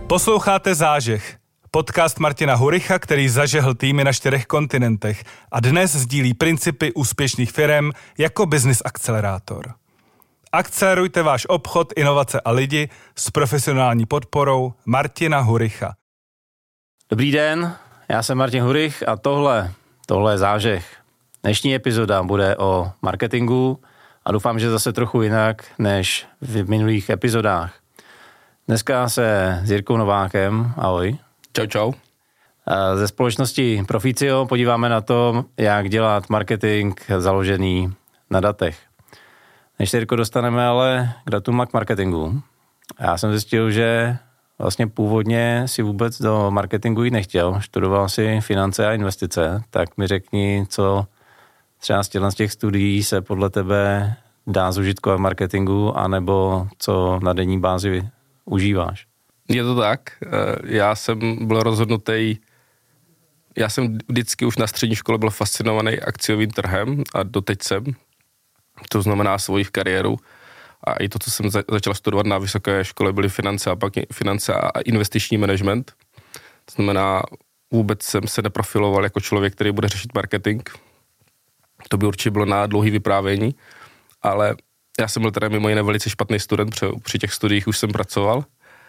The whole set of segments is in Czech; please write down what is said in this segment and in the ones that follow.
Posloucháte Zážeh, podcast Martina Huricha, který zažehl týmy na 4 kontinentech a dnes sdílí principy úspěšných firem jako business akcelerátor. Akcelerujte váš obchod, inovace a lidi s profesionální podporou Martina Huricha. Dobrý den, já jsem Martin Hurich a tohle je Zážeh. Dnešní epizoda bude o marketingu a doufám, že zase trochu jinak než v minulých epizodách. Dneska se s Jirkou Novákem, ahoj. Čau, čau. Ze společnosti Proficio podíváme na to, jak dělat marketing založený na datech. Než se, Jirko, dostaneme ale k datům a k marketingu. Já jsem zjistil, že vlastně původně si vůbec do marketingu jít nechtěl. Študoval si finance a investice. Tak mi řekni, co třeba z těch studií se podle tebe dá zužitkovat v marketingu, anebo co na denní bázi užíváš. Je to tak. Já jsem byl rozhodnutý, já jsem vždycky už na střední škole byl fascinovaný akciovým trhem a doteď jsem. To znamená svoji kariéru. A i to, co jsem začal studovat na vysoké škole, byly finance a pak finance a investiční management. To znamená, vůbec jsem se neprofiloval jako člověk, který bude řešit marketing. To by určitě bylo na dlouhý vyprávění, ale já jsem byl teda mimo jiné velice špatný student, při těch studiích už jsem pracoval,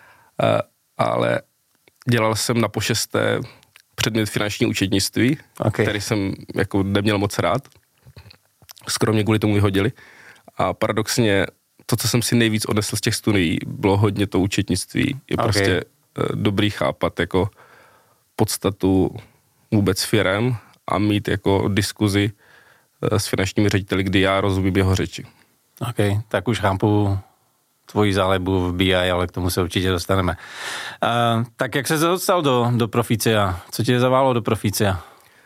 ale dělal jsem na pošesté předmět finanční účetnictví, který jsem jako neměl moc rád. Skoro mě kvůli tomu vyhodili. A paradoxně to, co jsem si nejvíc odnesl z těch studií, bylo hodně to účetnictví. Je prostě dobrý chápat jako podstatu vůbec firem a mít jako diskuzi s finančními řediteli, kdy já rozumím jeho řeči. OK, tak už chápu tvoji zálebu v BI, ale k tomu se určitě dostaneme. Tak jak se dostal do Proficia? Co tě zaválo do Proficia?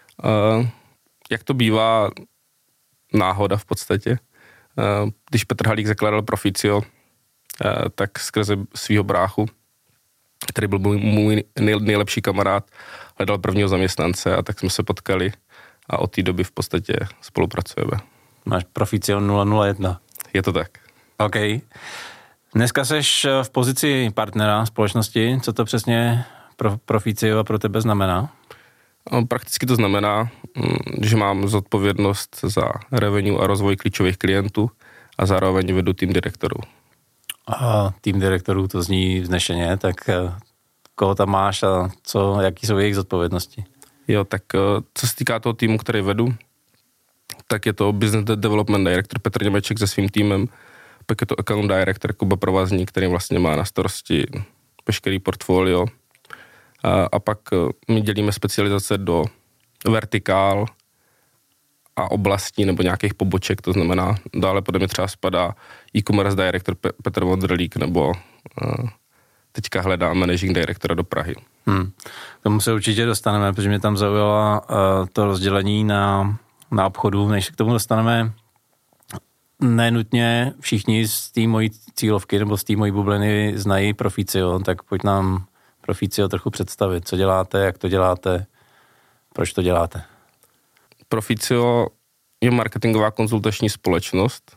Jak to bývá, náhoda v podstatě. Když Petr Halík zakládal Proficio, tak skrze svýho bráchu, který byl můj nejlepší kamarád, hledal prvního zaměstnance a tak jsme se potkali a od té doby v podstatě spolupracujeme. Máš Proficio 001. Je to tak. OK. Dneska seš v pozici partnera společnosti. Co to přesně Proficio pro tebe znamená? Prakticky to znamená, že mám zodpovědnost za revenue a rozvoj klíčových klientů a zároveň vedu tým direktorů. A tým direktorů, to zní vznešeně, tak koho tam máš a jaký jsou jejich zodpovědnosti? Jo, tak co se týká toho týmu, který vedu, tak je to Business Development Director Petr Němeček se svým týmem, pak je to Account Director Kuba Provazník, který vlastně má na starosti veškerý portfolio. A pak my dělíme specializace do vertikál a oblastí nebo nějakých poboček, to znamená, dále podle mě třeba spadá e-commerce director Petr Vondrlík nebo teďka hledám managing directora do Prahy. K tomu se určitě dostaneme, protože mě tam zaujalo to rozdělení na obchodu. Než k tomu dostaneme, nenutně všichni z té mojí cílovky nebo z té mojí bubliny znají Proficio, tak pojď nám Proficio trochu představit. Co děláte, jak to děláte, proč to děláte? Proficio je marketingová konzultační společnost.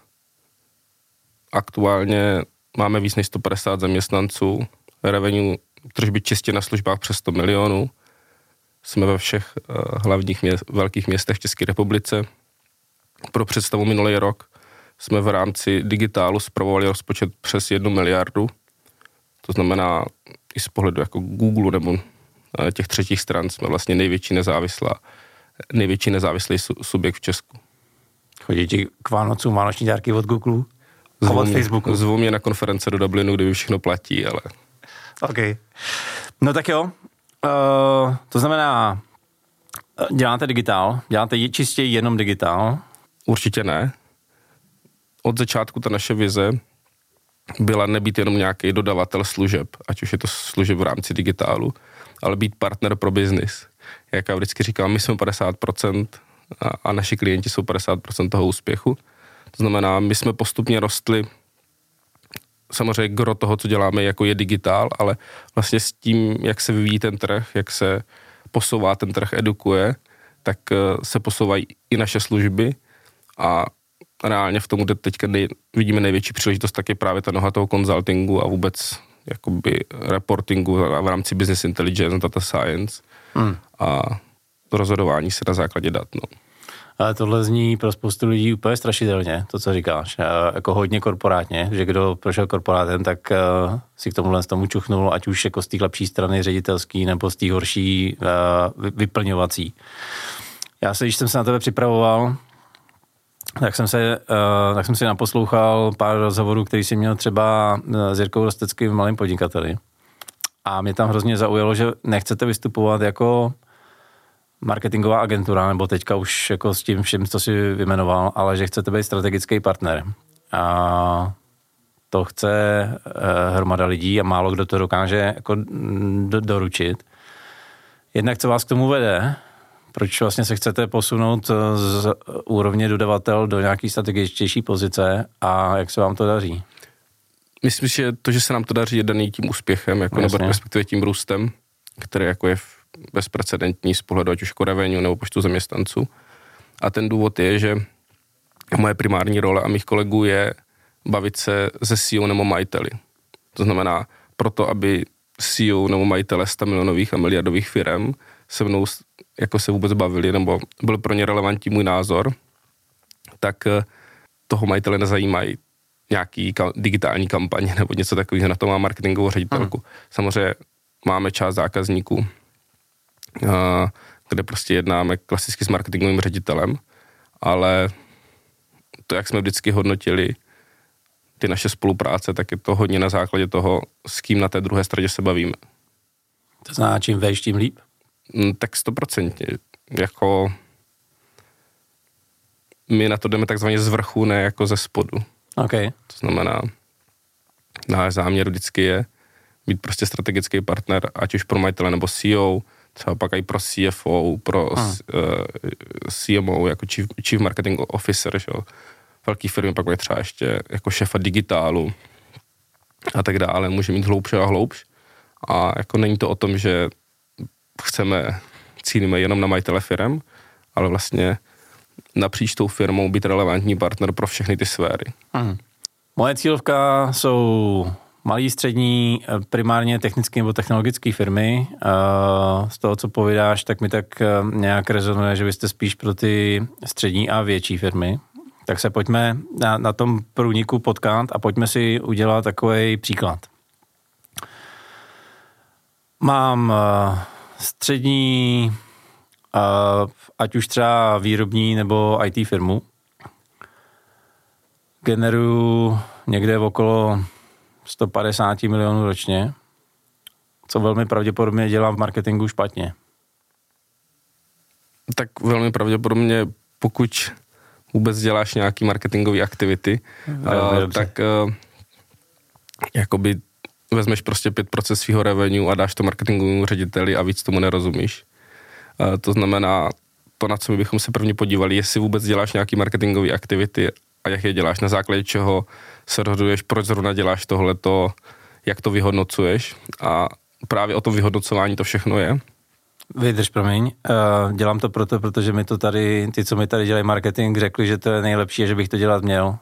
Aktuálně máme víc než 150 zaměstnanců, revenue tržby čistě na službách přes 100 milionů. Jsme ve všech hlavních velkých městech v České republice. Pro představu minulý rok jsme v rámci digitálu spravovali rozpočet přes 1 miliardu. To znamená, i z pohledu jako Google nebo těch třetích stran jsme vlastně největší nezávislý subjekt v Česku. Chodí ti k Vánocům vánoční dárky od Google? Od Facebooku? Zvou mě na konference do Dublinu, kde všechno platí, ale... OK. No tak jo. To znamená, děláte digitál? Děláte čistě jenom digitál? Určitě ne. Od začátku ta naše vize byla nebýt jenom nějaký dodavatel služeb, ať už je to služeb v rámci digitálu, ale být partner pro biznis. Jak já vždycky říkám, my jsme 50% a naši klienti jsou 50% toho úspěchu. To znamená, my jsme postupně rostli, samozřejmě gro toho, co děláme, jako je digitál, ale vlastně s tím, jak se vyvíjí ten trh, jak se posouvá ten trh, edukuje, tak se posouvají i naše služby a reálně v tom, kde teďka vidíme největší příležitost, tak je právě ta noha toho konzultingu a vůbec jakoby reportingu v rámci business intelligence, data science a rozhodování se na základě dat. No. Ale tohle zní pro spoustu lidí úplně strašidelně, to, co říkáš. Jako hodně korporátně, že kdo prošel korporátem, tak si k tomu čuchnul, ať už jako z té lepší strany ředitelský, nebo z té horší vyplňovací. Když jsem se na tebe připravoval, tak jsem si naposlouchal pár rozhovorů, který jsi měl třeba s Jirkou Rosteckým v Malým podnikateli. A mě tam hrozně zaujalo, že nechcete vystupovat jako marketingová agentura, nebo teďka už jako s tím všem, co jsi vyjmenoval, ale že chcete být strategický partner. A to chce hromada lidí a málo kdo to dokáže jako doručit. Jednak co vás k tomu vede? Proč vlastně se chcete posunout z úrovně dodavatel do nějaký strategičtější pozice a jak se vám to daří? Myslím, že to, že se nám to daří, je daný tím úspěchem, jako nebo respektive tím růstem, který jako je bezprecedentní z pohledu ať už jako revenue nebo počtu zaměstnanců. A ten důvod je, že moje primární role a mých kolegů je bavit se se CEO nebo majiteli. To znamená, proto, aby CEO nebo majitele 100 milionových a miliardových firem se mnou jako se vůbec bavili, nebo byl pro ně relevantní můj názor, tak toho majitele nezajímají nějaký digitální kampaně nebo něco takového, na to má marketingovou ředitelku. Samozřejmě máme část zákazníků, kde prostě jednáme klasicky s marketingovým ředitelem, ale to, jak jsme vždycky hodnotili ty naše spolupráce, tak je to hodně na základě toho, s kým na té druhé straně se bavíme. To znamená, čím vejš, tím líp? Tak 100%. Jako my na to jdeme takzvaně z vrchu, ne jako ze spodu. Okay. To znamená, náš záměr vždycky je být prostě strategický partner, ať už pro majitele nebo CEO, třeba pak i pro CFO, pro CMO, jako Chief Marketing Officer, že? Velký firmy pak mají třeba ještě jako šéfa digitálu a tak dále, může mít hloubš a hloubš. A jako není to o tom, že cílíme jenom na majitele firem, ale vlastně napříč tou firmou být relevantní partner pro všechny ty sféry. Moje cílovka jsou malý, střední, primárně technické nebo technologické firmy. Z toho, co povídáš, tak mi tak nějak rezonuje, že vy jste spíš pro ty střední a větší firmy. Tak se pojďme na tom průniku potkat a pojďme si udělat takový příklad. Mám střední, ať už třeba výrobní nebo IT firmu. Generuju někde okolo 150 milionů ročně, co velmi pravděpodobně dělám v marketingu špatně. Tak velmi pravděpodobně, pokud vůbec děláš nějaký marketingový aktivity, tak jakoby vezmeš prostě 5% svýho revenue a dáš to marketingovému řediteli a víc tomu nerozumíš. To znamená, to, na co my bychom se prvně podívali, jestli vůbec děláš nějaký marketingový aktivity a jak je děláš, na základě čeho se rozhoduješ, proč zrovna děláš tohleto, jak to vyhodnocuješ a právě o tom vyhodnocování to všechno je. Vydrž, promiň. Dělám to protože mi to tady, ty, co mi tady dělají marketing, řekli, že to je nejlepší a že bych to dělat měl.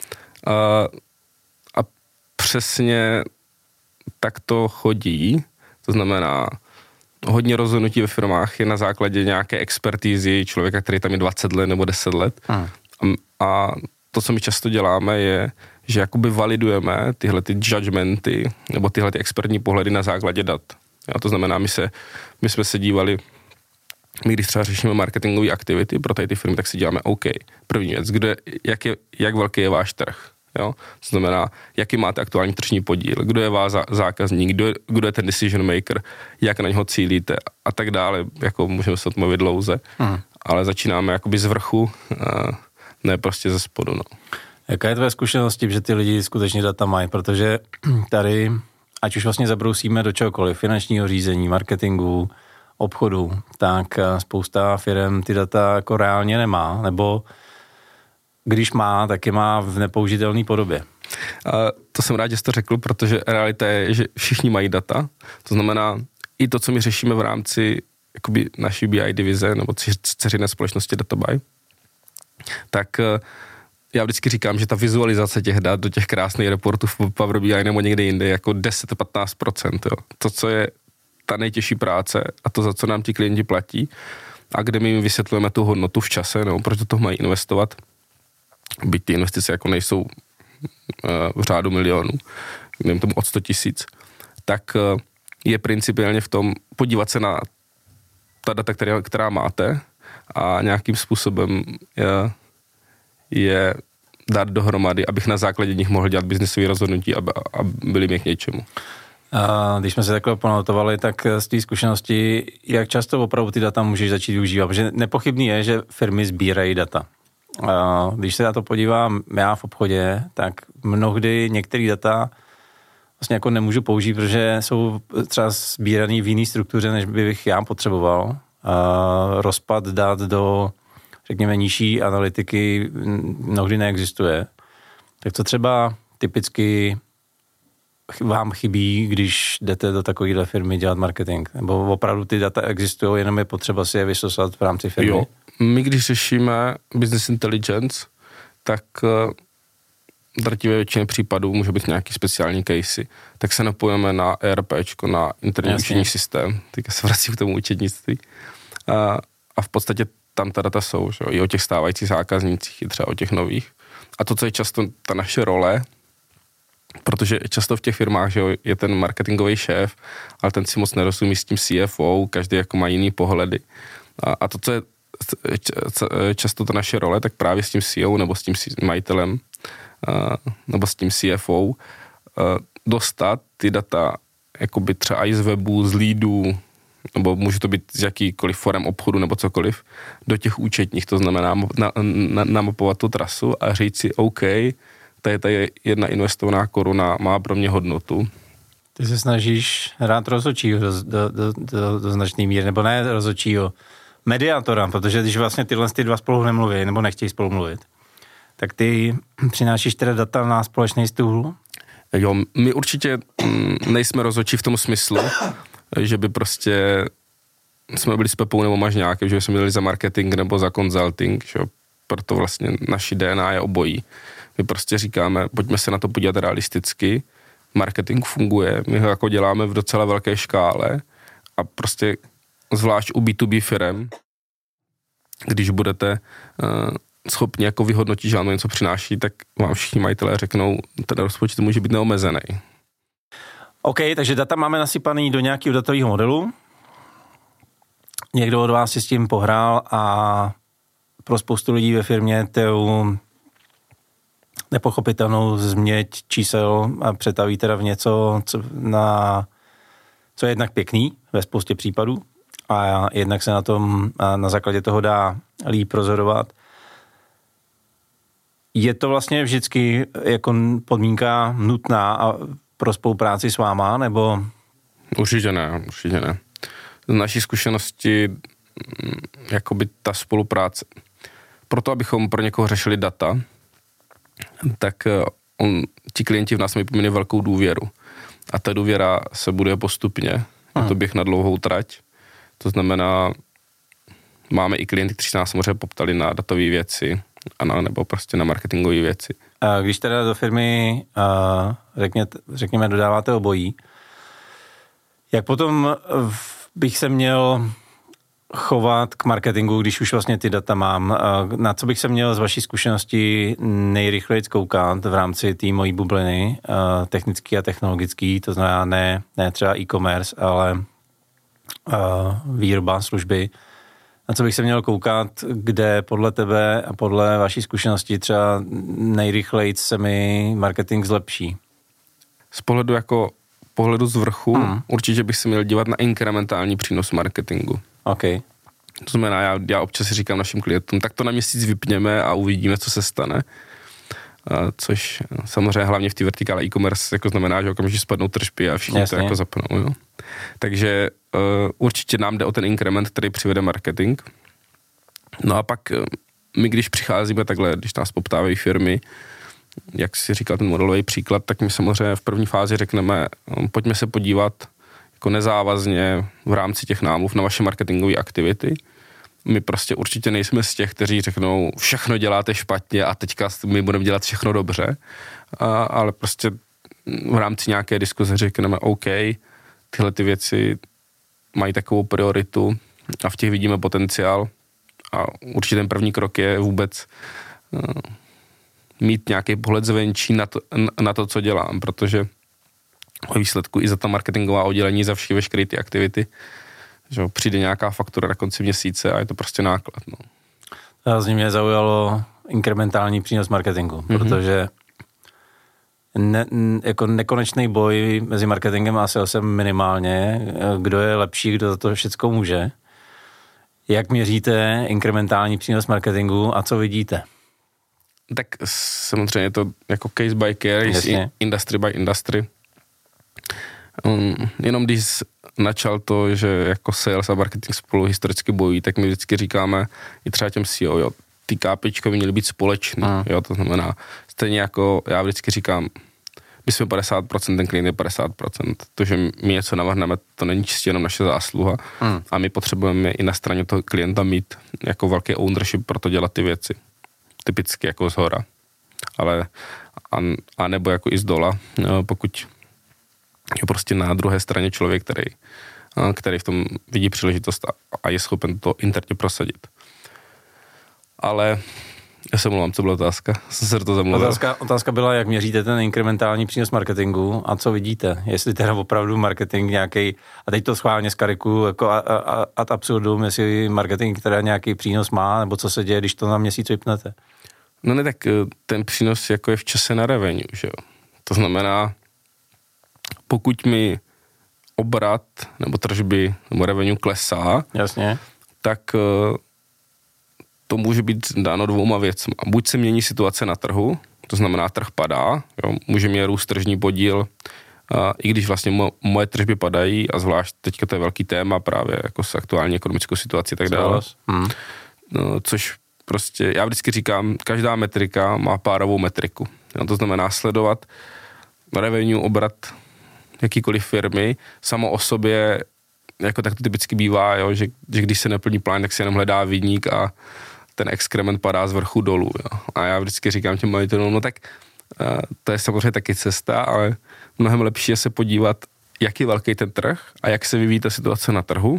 A přesně tak to chodí. To znamená, hodně rozhodnutí ve firmách je na základě nějaké expertízy člověka, který tam je 20 let nebo 10 let. A to, co my často děláme, je, že jakoby validujeme tyhle ty judgmenty nebo tyhle ty expertní pohledy na základě dat. Jo, to znamená, my jsme se dívali, když třeba řešíme marketingové aktivity pro tady ty firmy, tak si děláme OK. První věc, jak velký je váš trh. Jo? To znamená, jaký máte aktuální tržní podíl, kdo je váš zákazník, kdo je ten decision maker, jak na něho cílíte a tak dále. Jako můžeme se o tom mluvit dlouze, ale začínáme jakoby z vrchu, ne prostě ze spodu. No. Jaká je tvoje zkušenost tím, že ty lidi skutečně data mají? Protože tady, ať už vlastně zabrousíme do čehokoliv, finančního řízení, marketingu, obchodu, tak spousta firem ty data jako reálně nemá, nebo když má, tak je má v nepoužitelné podobě. To jsem rád, že jsi to řekl, protože realita je, že všichni mají data. To znamená, i to, co my řešíme v rámci jakoby naší BI divize nebo dceřiné společnosti Databuy, tak já vždycky říkám, že ta vizualizace těch dat do těch krásných reportů v Power BI nebo někde jinde jako 10-15%. Jo. To, co je ta nejtěžší práce a to, za co nám ti klienti platí a kde my jim vysvětlujeme tu hodnotu v čase, no, proč do toho mají investovat, byť ty investice jako nejsou v řádu milionů, nevím tomu od 100 000, tak je principiálně v tom podívat se na ta data, která máte a nějakým způsobem je dát dohromady, abych na základě nich mohl dělat biznesové rozhodnutí a byli mě k něčemu. A když jsme se takhle panotovali, tak z té zkušenosti, jak často opravdu ty data můžeš začít využívat? Protože nepochybný je, že firmy sbírají data. A když se na to podívám já v obchodě, tak mnohdy některé data vlastně jako nemůžu použít, protože jsou třeba sbíraný v jiné struktuře, než bych já potřeboval. Rozpad dat do, řekněme, nižší analytiky mnohdy neexistuje. Tak co třeba typicky vám chybí, když jdete do takovéhle firmy dělat marketing? Nebo opravdu ty data existují, jenom je potřeba si je vysosat v rámci firmy? Jo. My, když řešíme business intelligence, tak drtivé většině případů může být nějaký speciální casey, tak se napojíme na ERPčko, na interní učení systém. Teďka se vracím k tomu účetnictví. A v podstatě tam ta data jsou, že? I o těch stávajících zákaznících, i třeba o těch nových. A to, co je často ta naše role, protože často v těch firmách, že je ten marketingový šéf, ale ten si moc nerozumí s tím CFO, každý jako má jiný pohledy. A to, co je často ta naše role, tak právě s tím CEO nebo s tím majitelem nebo s tím CFO dostat ty data jakoby třeba i z webu, z leadů, nebo může to být z jakýkoliv forem obchodu nebo cokoliv, do těch účetních, to znamená namapovat tu trasu a říct si, OK, tady jedna investovaná koruna má pro mě hodnotu. Ty se snažíš hrát rozhodčího do značné míry, nebo ne rozhodčího, mediátora, protože když vlastně tyhle dva spolu nemluví, nebo nechtějí spolu mluvit, tak ty přinášíš teda data na společný stůl? Jo, my určitě nejsme rozhodčí v tom smyslu, že by prostě jsme byli s Pepou nebo Mažňákem, že jsme byli za marketing nebo za consulting, že proto vlastně naši DNA je obojí. My prostě říkáme, pojďme se na to podívat realisticky, marketing funguje, my ho jako děláme v docela velké škále a prostě zvlášť u B2B firem, když budete schopni jako vyhodnotit, že vám něco přináší, tak vám všichni majitelé řeknou, ten rozpočet může být neomezený. OK, takže data máme nasypaný do nějakého datového modelu. Někdo od vás si s tím pohrál a pro spoustu lidí ve firmě tu nepochopitelnou změť čísel a přetaví teda v něco, co je jednak pěkný ve spoustě případů a jednak se na základě toho dá líp rozhodovat. Je to vlastně vždycky jako podmínka nutná a pro spolupráci s váma, nebo? Určitě ne. Z naší zkušenosti jakoby ta spolupráce. Proto, abychom pro někoho řešili data, tak ti klienti v nás mají poměrně velkou důvěru. A ta důvěra se buduje postupně. Je to běh na dlouhou trať. To znamená, máme i klienty, kteří se nás samozřejmě poptali na datové věci, nebo prostě na marketingové věci. A když teda do firmy, řekněme, dodáváte obojí, jak potom bych se měl chovat k marketingu, když už vlastně ty data mám? Na co bych se měl z vaší zkušenosti nejrychleji koukat v rámci té mojí bubliny, technický a technologický, to znamená ne třeba e-commerce, ale výroba, služby. Na co bych se měl koukat, kde podle tebe a podle vaší zkušenosti třeba nejrychleji se mi marketing zlepší? Z pohledu z vrchu určitě bych se měl dívat na inkrementální přínos marketingu. Okay. To znamená, já občas si říkám našim klientům, tak to na měsíc vypněme a uvidíme, co se stane. Což samozřejmě hlavně v té vertikále e-commerce jako znamená, že okamžitě spadnou tržby a všichni to jako zapnou. Jo. Takže určitě nám jde o ten inkrement, který přivede marketing. No a pak my, když přicházíme takhle, když nás poptávají firmy, jak si říkal ten modelový příklad, tak my samozřejmě v první fázi řekneme, pojďme se podívat jako nezávazně v rámci těch námluv na vaše marketingové aktivity my prostě určitě nejsme z těch, kteří řeknou, všechno děláte špatně a teďka my budeme dělat všechno dobře, ale prostě v rámci nějaké diskuze řekneme, OK, tyhle ty věci mají takovou prioritu a v těch vidíme potenciál a určitě ten první krok je vůbec mít nějaký pohled zvenčí na to, co dělám, protože o výsledku i za ta marketingová oddělení, za veškeré ty aktivity, že přijde nějaká faktura na konci měsíce a je to prostě náklad. No. Z ní mě zaujalo inkrementální přínos marketingu, protože jako nekonečný boj mezi marketingem a salesem minimálně, kdo je lepší, kdo za to všechno může. Jak měříte inkrementální přínos marketingu a co vidíte? Tak samozřejmě je to jako case by case, industry by industry. Jenom když načal to, že jako sales a marketing spolu historicky bojují, tak my vždycky říkáme i třeba těm CEO, jo, ty KPIčka by měly být společný, jo, to znamená, stejně jako já vždycky říkám, my jsme 50%, ten klient je 50%, to, že my něco navrhneme, to není čistě jenom naše zásluha a my potřebujeme i na straně toho klienta mít jako velký ownership pro to dělat ty věci, typicky jako zhora, ale a nebo jako i z dola, pokud je prostě na druhé straně člověk, který v tom vidí příležitost a je schopen to interně prosadit. Ale já se mluvám, co byla otázka? Jsem se to zamluvil. Otázka byla, jak měříte ten inkrementální přínos marketingu a co vidíte? Jestli teda opravdu marketing nějaký, a teď to schválně z kariku jako ad absurdum, jestli marketing teda nějaký přínos má, nebo co se děje, když to na měsíc vypnete? No ne, tak ten přínos jako je v čase na revenue, že jo. To znamená, pokud mi obrat nebo tržby nebo revenue klesá, jasně, tak to může být dáno dvouma věcma. Buď se mění situace na trhu, to znamená trh padá, jo, může mě růst tržní podíl, i když vlastně moje tržby padají a zvlášť teďka to je velký téma právě jako s aktuální ekonomickou situací a tak dále. No, což prostě, já vždycky říkám, každá metrika má párovou metriku. Jo, to znamená sledovat revenue, obrat jakýkoliv firmy, samo o sobě, jako tak to typicky bývá, jo, že když se neplní plán, tak se jenom hledá viník a ten exkrement padá z vrchu dolů. Jo. A já vždycky říkám těm majitelům, no tak to je samozřejmě taky cesta, ale mnohem lepší je se podívat, jak je velký ten trh a jak se vyvíjí ta situace na trhu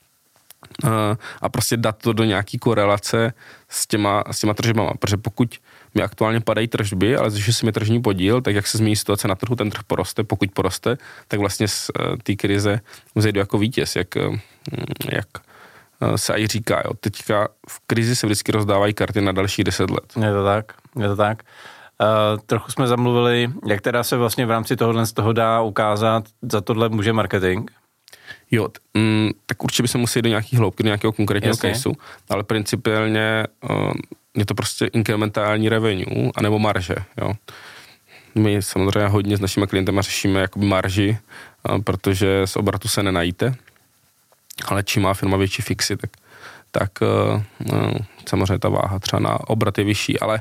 a prostě dát to do nějaký korelace s těma tržbama, protože pokud mi aktuálně padají tržby, ale zvyšuje se mi tržní podíl, tak jak se změní situace na trhu, ten trh poroste, pokud poroste, tak vlastně z té krize vzejdu jako vítěz, jak se aj říká, jo. Teďka v krizi se vždycky rozdávají karty na další 10 let. Je to tak. Trochu jsme zamluvili, jak teda se vlastně v rámci tohohle z toho dá ukázat, za tohle může marketing? Jo, tak určitě by se museli do nějakých hloubky, do nějakého konkrétního caseu, ale principiálně je to prostě inkrementální revenue, anebo marže, jo. My samozřejmě hodně s našimi klientama řešíme jakoby marži, protože z obratu se nenajíte, ale čím má firma větší fixy, tak samozřejmě ta váha třeba na obrat je vyšší, ale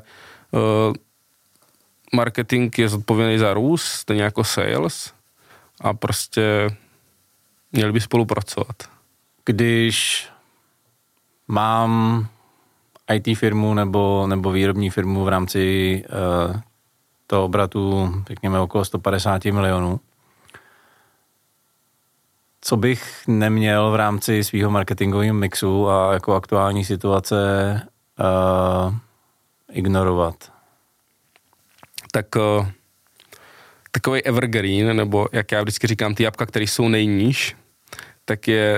marketing je zodpovědný za růst, stejně jako sales a prostě měli by spolupracovat. Když mám IT firmu nebo výrobní firmu v rámci toho obratu, řekněme, okolo 150 milionů, co bych neměl v rámci svého marketingového mixu a jako aktuální situace ignorovat? Tak takový evergreen, nebo jak já vždycky říkám, ty jabka, které jsou nejníž, tak je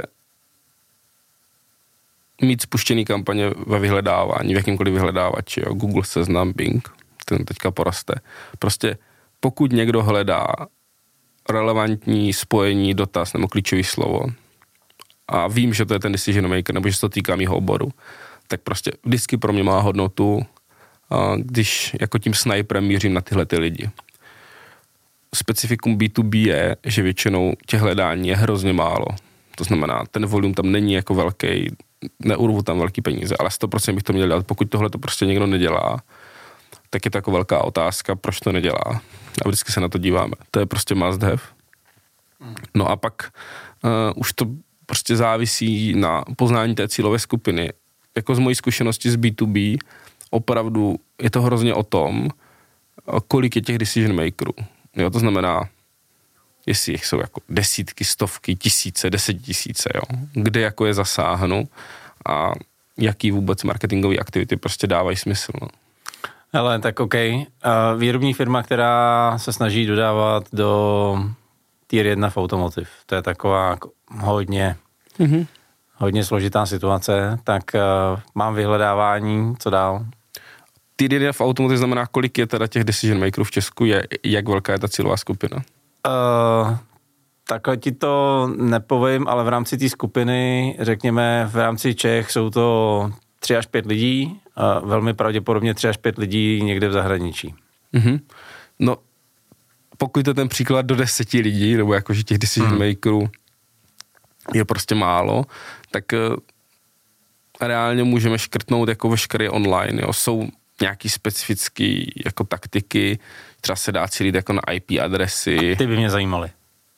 mít spuštěný kampaně ve vyhledávání, v jakýmkoliv vyhledávači, jo, Google, Seznam, Bing, ten teďka poroste. Prostě pokud někdo hledá relevantní spojení, dotaz nebo klíčový slovo a vím, že to je ten decision maker, nebo že se to týká mýho oboru, tak prostě vždycky pro mě má hodnotu, když jako tím sniperem mířím na tyhle ty lidi. Specifikum B2B je, že většinou těch hledání je hrozně málo. To znamená, ten volum tam není jako velký, neurvu tam velký peníze, ale 100% bych to měl dělat. Pokud tohle to prostě někdo nedělá, tak je to jako velká otázka, proč to nedělá. A vždycky se na to díváme. To je prostě must have. No a pak už to prostě závisí na poznání té cílové skupiny jako z mojí zkušenosti z B2B, opravdu je to hrozně o tom, kolik je těch decision makerů. Jo, to znamená, jestli jich jsou jako desítky, stovky, tisíce, 10 000, jo, kde jako je zasáhnu a jaký vůbec marketingové aktivity prostě dávají smysl. No. Hele, tak OK. Výrobní firma, která se snaží dodávat do tier 1 v automotiv. To je taková hodně složitá situace, tak mám vyhledávání, co dál? Tier 1 v automotiv znamená, kolik je teda těch decision makerů v Česku, jak velká je ta cílová skupina? Takhle ti to nepovím, ale v rámci té skupiny, řekněme, v rámci Čech jsou to 3 až 5 lidí, velmi pravděpodobně 3 až 5 lidí někde v zahraničí. Mm-hmm. No, pokud je ten příklad do 10 lidí, nebo jakože těch decision makerů je prostě málo, tak reálně můžeme škrtnout jako veškeré online. Jo. Jsou nějaký specifický jako taktiky, třeba se dá cílit jako na IP adresy. A ty by mě zajímaly.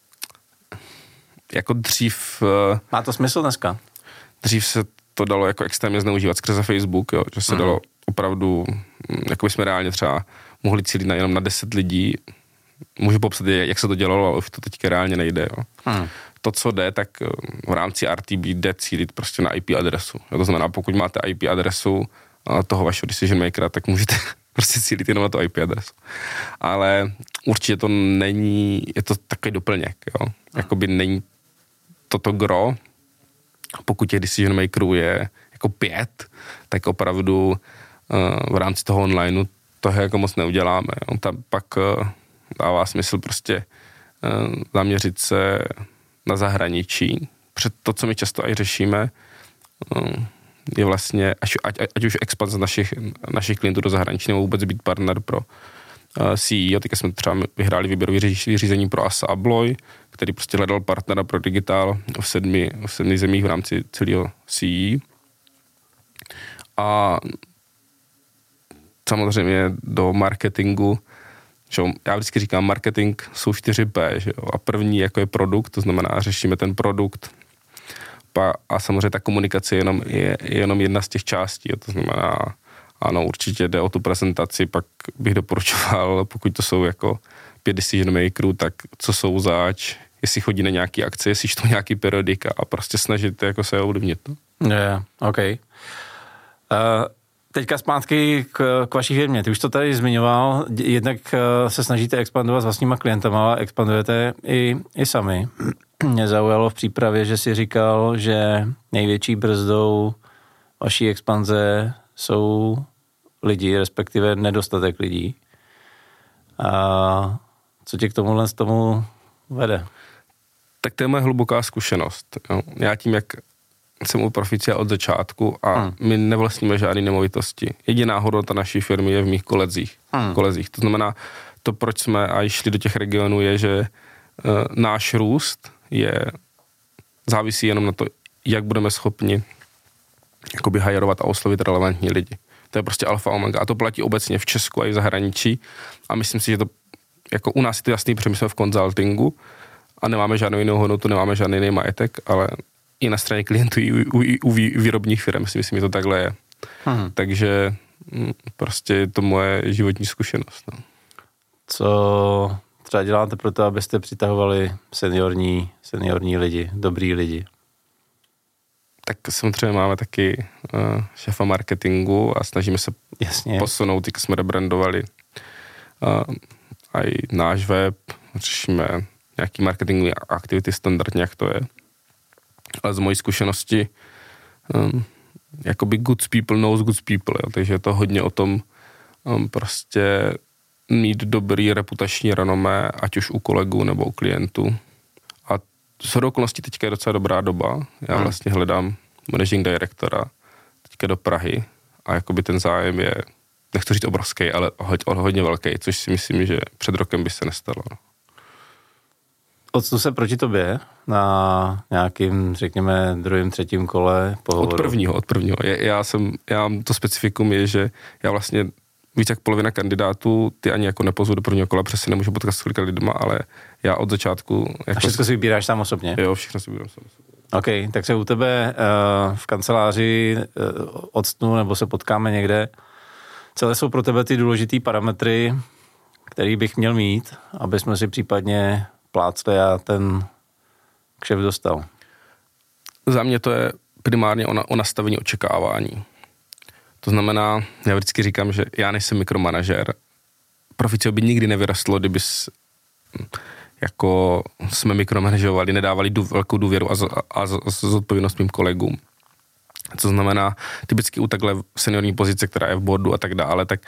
Jako dřív... Má to smysl dneska? Dřív se to dalo jako extrémně zneužívat skrze Facebook, jo, že se dalo opravdu, jako bychom reálně třeba mohli cílit jenom na 10 lidí. Můžu popsat, jak se to dělalo, ale už to teďka reálně nejde. Jo. To, co jde, tak v rámci RTB jde cílit prostě na IP adresu. Jo, to znamená, pokud máte IP adresu toho vašeho decision makera, tak můžete prostě cílit jenom na to IP adresu. Ale určitě to není, je to takový doplněk, jo. Jakoby není toto gro, pokud těch decision makerů je jako 5, tak opravdu v rámci toho onlineu toho jako moc neuděláme. On tam pak dává smysl prostě zaměřit se na zahraničí. Před to, co my často i řešíme, je vlastně, ať už expanze našich klientů do zahraničí, nebo vůbec být partner pro CEO. Teďka jsme třeba vyhráli výběrové řízení pro ASA Abloy, který prostě hledal partnera pro digitál v 7 zemích v rámci celého CE. A samozřejmě do marketingu, že já vždycky říkám, marketing jsou 4P, že jo? A první jako je produkt, to znamená, řešíme ten produkt, a samozřejmě ta komunikace je jenom jedna z těch částí, to znamená, ano, určitě jde o tu prezentaci, pak bych doporučoval, pokud to jsou jako 5 decision makerů, tak co jsou zač, jestli chodí na nějaký akce, jestli čtou nějaký periodika a prostě snažit jako se ovlivnit. OK. Teďka zpátky k vaší firmě. Ty už to tady zmiňoval, jednak se snažíte expandovat s vlastníma klientama, ale expandujete i sami. Mě zaujalo v přípravě, že si říkal, že největší brzdou vaší expanze jsou lidi, respektive nedostatek lidí. A co tě k tomu vede? Tak to je moje hluboká zkušenost. Jo. Já tím, jak jsem u Proficia od začátku a my nevlastníme žádné nemovitosti. Jediná hodnota naší firmy je v mých kolezích. To znamená, to, proč jsme a šli do těch regionů, je, že náš růst závisí jenom na to, jak budeme schopni jakoby hajrovat a oslovit relevantní lidi. To je prostě alfa omega a to platí obecně v Česku a i v zahraničí a myslím si, že to jako u nás je to jasný, protože my jsme v konzultingu a nemáme žádnou jinou hodnotu, nemáme žádný jiný majetek, ale i na straně klientů, i u výrobních firm si myslím, že to takhle je. Takže prostě je to moje životní zkušenost. No. Co třeba děláte pro to, abyste přitahovali seniorní lidi, dobrý lidi? Tak samozřejmě máme taky šéfa marketingu a snažíme se posunout, když jsme rebrandovali a i náš web, řešíme nějaký marketingové aktivity standardně, jak to je. Ale z mojí zkušenosti jakoby good people knows good people, jo. Takže je to hodně o tom prostě mít dobrý reputační renomé, ať už u kolegů nebo u klientů. A shodou okolností teďka je docela dobrá doba. Já vlastně hledám managing directora teďka do Prahy a jakoby ten zájem je, nechci říct obrovský, ale hodně velký, což si myslím, že před rokem by se nestalo. Odstanu se proti tobě na nějakým, řekněme, 2., 3. kole pohovoru? Od prvního. Já mám to specifikum je, že já vlastně víc jak polovina kandidátů ty ani jako nepozvu do prvního kola, přesně nemůžu potkat s kolika lidma, ale já od začátku... Jako a všechno si vybíráš sám osobně? Jo, všechno si vybírám sám osobně. OK, tak se u tebe v kanceláři odstnu nebo se potkáme někde. Celé jsou pro tebe ty důležitý parametry, který bych měl mít, aby jsme si případně plácli a ten kšeft dostal. Za mě to je primárně o nastavení očekávání. To znamená, já vždycky říkám, že já nejsem mikromanažer. Proficio by nikdy nevyrostlo, kdyby jako jsme mikromanažovali, nedávali velkou důvěru a zodpovědnost mým kolegům. To znamená, typicky u takhle seniorní pozice, která je v boardu a tak dále, tak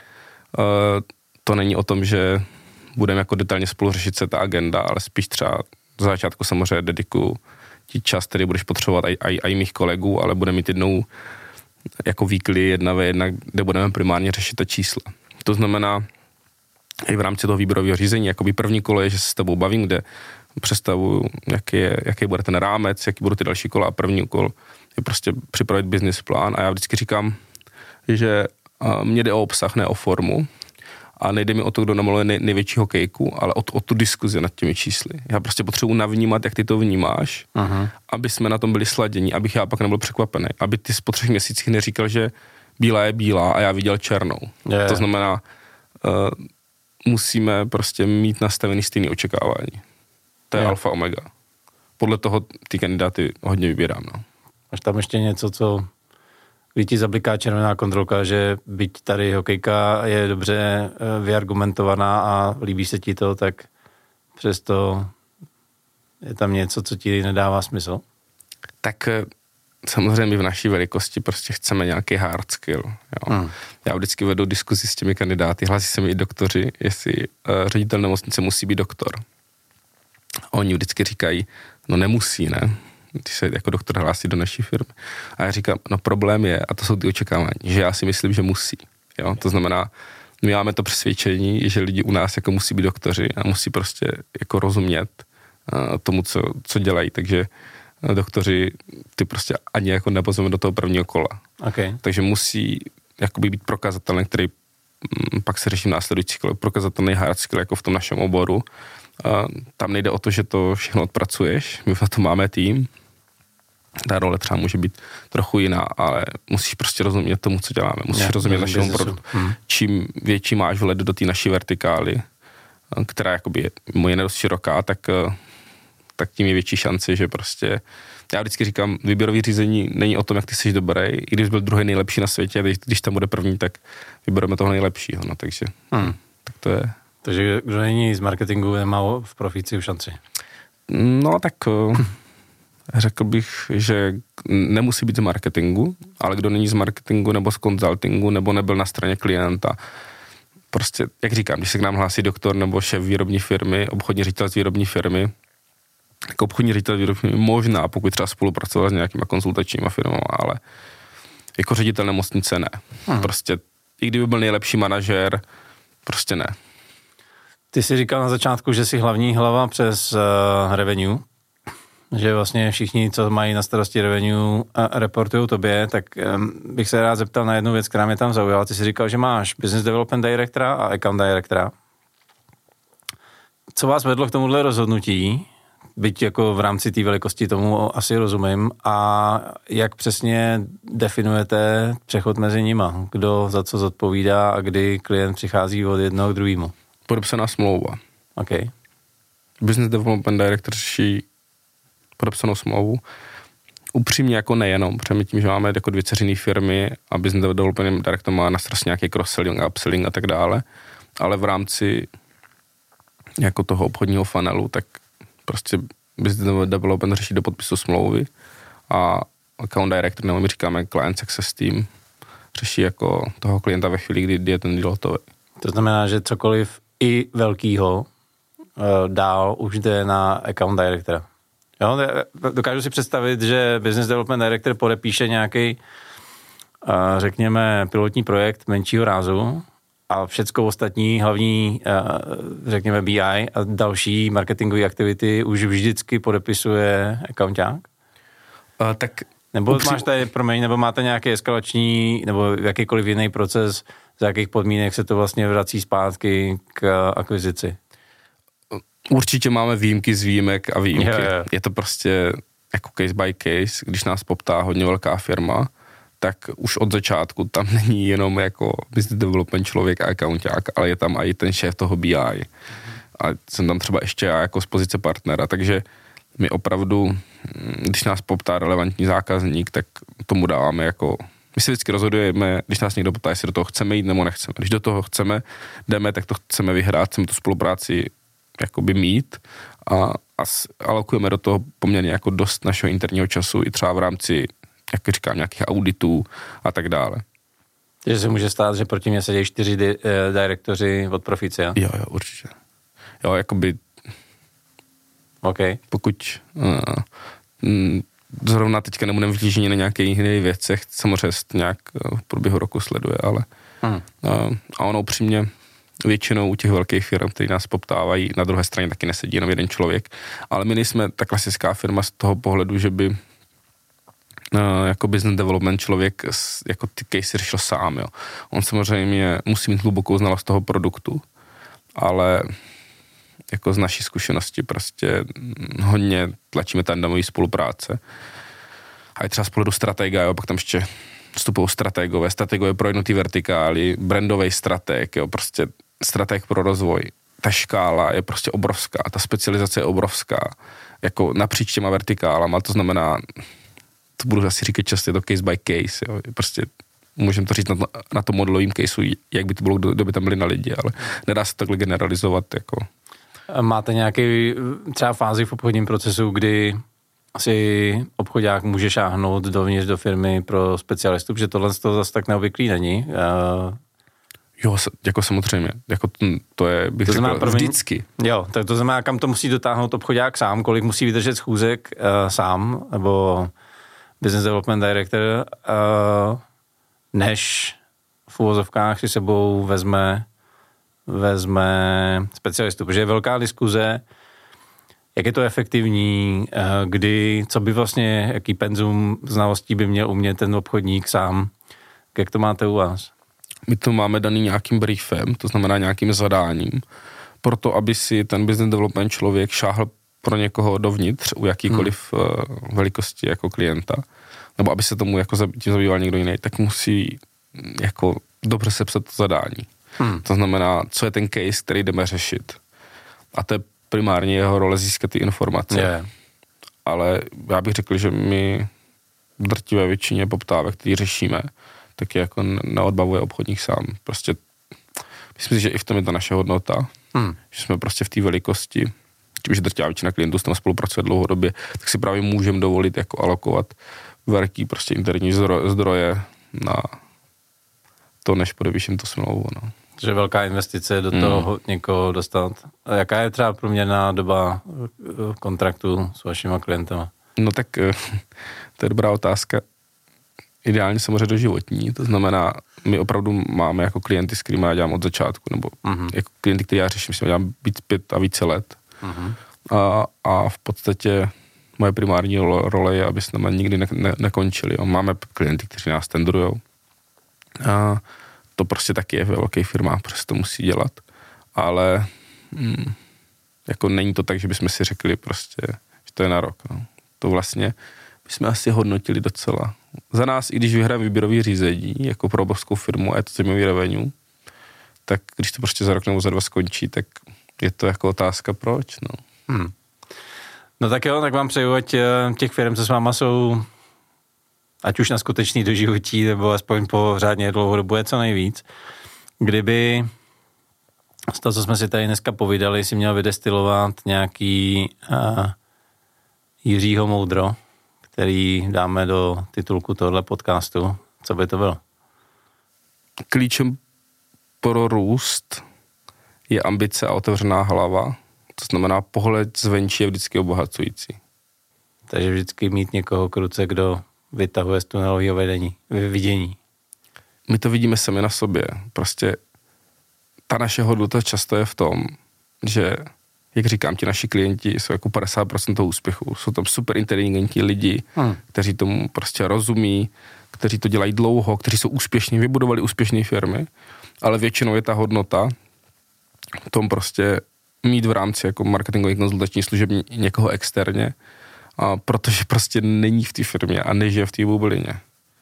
to není o tom, že budeme jako detailně spolu řešit se ta agenda, ale spíš třeba za začátku samozřejmě dedikuju ti čas, který budeš potřebovat i mých kolegů, ale budeme mít jednou jako weekly 1v1, kde budeme primárně řešit ta čísla. To znamená, i v rámci toho výběrového řízení, jakoby první kolo je, že se s tebou bavím, kde představuju, jaký bude ten rámec, jaký budou ty další kola a první úkol je prostě připravit business plán a já vždycky říkám, že mně jde o obsah, ne o formu a nejde mi o to, kdo namaluje největší hokejku, ale o tu diskuzi nad těmi čísly. Já prostě potřebuji navnímat, jak ty to vnímáš, aby jsme na tom byli sladění, abych já pak nebyl překvapený, aby ty po 3 měsících neříkal, že bílá je bílá a já viděl černou. To znamená, musíme prostě mít nastavený stejný očekávání. To je alfa omega. Podle toho ty kandidáty hodně vybírám. No. Máš tam ještě něco, kdy ti zabliká červená kontrolka, že byť tady hokejka je dobře vyargumentovaná a líbí se ti to, tak přesto je tam něco, co ti nedává smysl? Tak samozřejmě v naší velikosti prostě chceme nějaký hard skill. Jo. Já vždycky vedu diskuzi s těmi kandidáty, hlásí se mi i doktoři, jestli ředitel nemocnice musí být doktor. Oni vždycky říkají, no nemusí, ne? Když se jako doktor hlásí do naší firmy. A já říkám, no problém je, a to jsou ty očekávání, že já si myslím, že musí. Jo? To znamená, my máme to přesvědčení, že lidi u nás jako musí být doktoři a musí prostě jako rozumět tomu, co dělají. Takže doktoři ty prostě ani jako nepozveme do toho prvního kola. Okay. Takže musí jakoby být prokazatelný, který pak se řeší následující kolo, prokazatelný hard skill jako v tom našem oboru. Tam nejde o to, že to všechno odpracuješ, my na to máme tým, ta role třeba může být trochu jiná, ale musíš prostě rozumět tomu, co děláme, musíš rozumět našemu produktu. Čím větší máš vhled do té naší vertikály, která jakoby je moje nedost široká, tak tím je větší šance, že prostě, já vždycky říkám, výběrový řízení není o tom, jak ty jsi dobrý, i když byl druhý nejlepší na světě, když tam bude první, tak vybereme toho nejlepšího, no, takže tak to je. Takže kdo není z marketingu, nemá v Proficiu šanci? No tak řekl bych, že nemusí být z marketingu, ale kdo není z marketingu nebo z konzultingu, nebo nebyl na straně klienta. Prostě, jak říkám, když se k nám hlásí doktor nebo šéf výrobní firmy, obchodní ředitel z výrobní firmy, jako obchodní ředitel z výrobní firmy možná, pokud třeba spolupracoval s nějakýma konzultačníma firmama, ale jako ředitel nemocnice ne. Prostě, i kdyby byl nejlepší manažér, prostě ne. Ty jsi říkal na začátku, že jsi hlavní hlava přes revenue, že vlastně všichni, co mají na starosti revenue, reportují tobě, tak bych se rád zeptal na jednu věc, která mě tam zaujala. Ty jsi říkal, že máš business development directora a account directora. Co vás vedlo k tomuhle rozhodnutí? Byť jako v rámci té velikosti tomu asi rozumím. A jak přesně definujete přechod mezi nima? Kdo za co zodpovídá a kdy klient přichází od jednoho k druhému? Podepsaná smlouva. OK. Business Development Director řeší podepsanou smlouvu. Upřímně jako nejenom, protože tím, že máme jako 2 dceřiné firmy a Business Development Director má na starosti nějaký cross-selling, upselling a tak dále, ale v rámci jako toho obchodního funnelu, tak prostě Business Development řeší do podpisu smlouvy a Account Director, nebo my říkáme Client Success Team, řeší jako toho klienta ve chvíli, kdy je ten deal hotový. To znamená, že cokoliv i velkýho dál už jde na account directora. Jo, dokážu si představit, že business development director podepíše nějaký, řekněme, pilotní projekt menšího rázu a všecko ostatní, hlavní, řekněme, BI a další marketingové aktivity už vždycky podepisuje accounták? Tak nebo máš tady, nebo máte nějaký eskalační nebo jakýkoliv jiný proces, za jakých podmínek se to vlastně vrací zpátky k akvizici? Určitě máme výjimky z výjimek a výjimky. Je to prostě jako case by case, když nás poptá hodně velká firma, tak už od začátku tam není jenom jako business development člověk a accounták, ale je tam i ten šéf toho BI. A jsem tam třeba ještě já jako z pozice partnera, takže my opravdu, když nás poptá relevantní zákazník, tak tomu dáváme jako, my si vždycky rozhodujeme, když nás někdo poptá, jestli do toho chceme jít nebo nechceme. Když do toho jdeme, tak to chceme vyhrát, chceme tu spolupráci jakoby mít a alokujeme do toho poměrně jako dost našeho interního času i třeba v rámci, jak říkám, nějakých auditů a tak dále. Takže se může stát, že proti mě sedí 4 direktoři od Proficia? Jo, určitě. Jo, jakoby okay. Pokud zrovna teďka nebudeme vlížení na nějaké jiné věcech, samozřejmě nějak v průběhu roku sleduje, ale a ono upřímně většinou u těch velkých firm, který nás poptávají, na druhé straně taky nesedí jenom jeden člověk, ale my nejsme ta klasická firma z toho pohledu, že by jako business development člověk jako ty case řešil sám, jo. On samozřejmě musí mít hlubokou znalost toho produktu, ale jako z naší zkušenosti prostě hodně tlačíme tandemové spolupráce. A je třeba z pohledu stratega, jo, pak tam ještě vstupují strategové pro jednotý vertikály, brandový strateg, jo, prostě strateg pro rozvoj. Ta škála je prostě obrovská, ta specializace je obrovská, jako napříč těma vertikálama, to znamená, to budu asi říkat často, je to case by case, jo, prostě můžeme to říct na tom modelovém caseu, jak by to bylo, kdo by tam byli na lidi, ale nedá se takhle generalizovat, jako. Máte nějaký třeba fázi v obchodním procesu, kdy asi obchodák může šáhnout dovnitř do firmy pro specialistu, protože tohle to zase tak neobvyklý není. Jo, jako samozřejmě, jako to je, bych řekl, vždycky. Jo, tak to znamená, kam to musí dotáhnout obchodák sám, kolik musí vydržet schůzek sám, nebo business development director, než v uvozovkách si sebou vezme specialistu, protože je velká diskuze, jak je to efektivní, kdy, co by vlastně, jaký penzum znalostí by měl umět ten obchodník sám. Jak to máte u vás? My to máme daný nějakým briefem, to znamená nějakým zadáním, proto aby si ten business development člověk šáhl pro někoho dovnitř u jakýkoliv velikosti jako klienta, nebo aby se tomu jako tím zabýval někdo jiný, tak musí jako dobře sepsat to zadání. To znamená, co je ten case, který jdeme řešit. A to je primárně jeho role získat ty informace. Yeah. Ale já bych řekl, že my v drtivé většině poptávek, který řešíme, tak je jako neodbavuje obchodník sám. Prostě myslím si, že i v tom je ta naše hodnota, že jsme prostě v té velikosti, že drtivá většina klientů s tam spolupracuje dlouhodobě, tak si právě můžeme dovolit jako alokovat velký prostě interní zdroje na to, než podepíšem to smlouvu. No. Že velká investice do toho někoho dostat. A jaká je třeba průměrná doba kontraktu s vašima klientama? No tak to je dobrá otázka. Ideálně samozřejmě doživotní, to znamená, my opravdu máme jako klienty, s kterými já dělám od začátku, nebo jako klienty, který já řeším, s dělám 5 a více let. A v podstatě moje primární role je, aby jsme nikdy nekončili. Máme klienty, kteří nás tendrujou. A to prostě taky je ve velkých firmách, prostě to musí dělat. Ale jako není to tak, že bychom si řekli prostě, že to je na rok. No. To vlastně bychom asi hodnotili docela. Za nás, i když vyhrajeme výběrový řízení, jako pro obrovskou firmu a je to zajímavý revenue, tak když to prostě za rok nebo za 2 skončí, tak je to jako otázka proč, no. No tak jo, tak vám přeju, ať těch firm, co s váma jsou, ať už na skutečný doživotí, nebo aspoň po řádně dlouhou dobu je co nejvíc. Kdyby z toho, co jsme si tady dneska povídali, si měl vydestilovat nějaký Jiřího moudro, který dáme do titulku tohoto podcastu, co by to bylo? Klíčem pro růst je ambice a otevřená hlava. To znamená, pohled zvenčí je vždycky obohacující. Takže vždycky mít někoho k ruce, kdo vytahuje z tunelového vidění. My to vidíme sami na sobě. Prostě ta naše hodnota často je v tom, že, jak říkám, ti naši klienti jsou jako 50% toho úspěchu. Jsou tam super inteligentní lidi, kteří tomu prostě rozumí, kteří to dělají dlouho, kteří jsou úspěšní, vybudovali úspěšné firmy, ale většinou je ta hodnota v tom prostě mít v rámci jako marketingových konzultačních služeb někoho externě protože prostě není v té firmě a nežije v té bublině.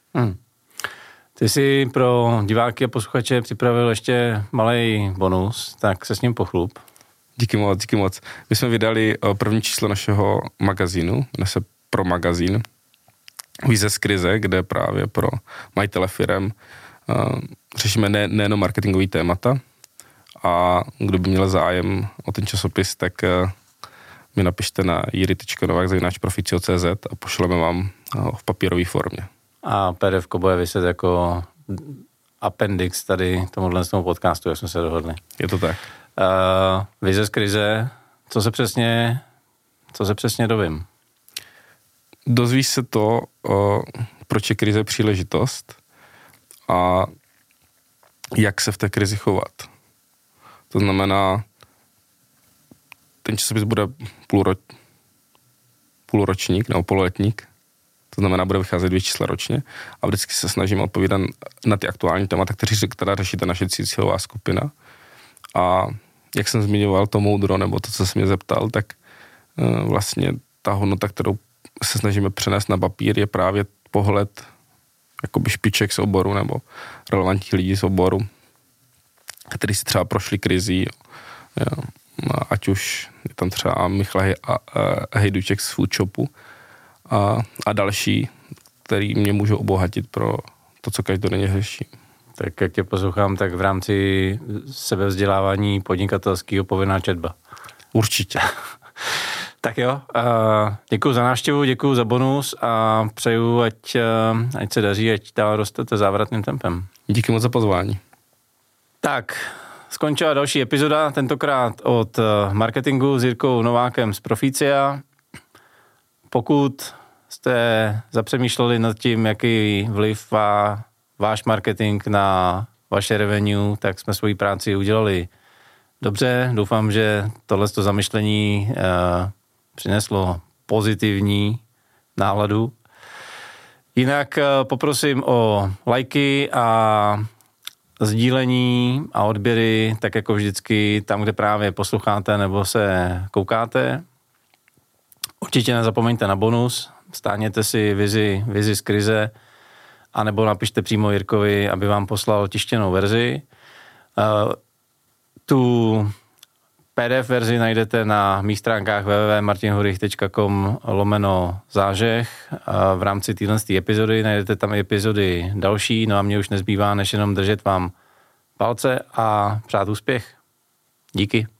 Ty jsi pro diváky a posluchače připravil ještě malej bonus, tak se s ním pochlup. Díky moc. My jsme vydali první číslo našeho magazínu, se Pro magazín, Výze z krize, kde právě pro majitele firem řešíme nejenom marketingový témata, a kdo by měl zájem o ten časopis, tak mi napište na jiry.novak@proficio.cz a pošleme vám v papírové formě. A PDF bude vyset jako appendix tady tomuhle podcastu, jak jsme se dohodli. Je to tak. Vize z krize, co se přesně dovím? Dozvíš se to, proč je krize příležitost a jak se v té krizi chovat. To znamená, ten časopis bude půlročník nebo pololetník, to znamená, bude vycházet 2 čísla ročně a vždycky se snažím odpovídat na ty aktuální témata, která řešíte naše cílová skupina. A jak jsem zmiňoval to moudro, nebo to, co jsi mě zeptal, tak vlastně ta hodnota, kterou se snažíme přenést na papír, je právě pohled jakoby špiček z oboru nebo relevantních lidí z oboru, kteří si třeba prošli krizí, ať už je tam třeba Michal Hejduček z Food Shopu a další, který mě můžou obohatit pro to, co každodenně řeší. Tak jak tě poslouchám, tak v rámci sebevzdělávání podnikatelského povinná četba. Určitě. Tak jo, děkuju za návštěvu, děkuju za bonus a přeju, ať se daří, ať dál rostete závratným tempem. Díky moc za pozvání. Tak, skončila další epizoda, tentokrát od marketingu s Jirkou Novákem z Proficia. Pokud jste zapřemýšleli nad tím, jaký vliv má váš marketing na vaše revenue, tak jsme svoji práci udělali dobře. Doufám, že tohleto zamyšlení přineslo pozitivní náladu. Jinak poprosím o lajky a sdílení a odběry, tak jako vždycky tam, kde právě posloucháte nebo se koukáte. Určitě nezapomeňte na bonus, stáhněte si vizi z krize, anebo napište přímo Jirkovi, aby vám poslal tištěnou verzi. Tu PDF verzi najdete na mých stránkách www.martinhurich.com/zážeh. V rámci téhle epizody najdete tam i epizody další, no a mě už nezbývá, než jenom držet vám palce a přát úspěch. Díky.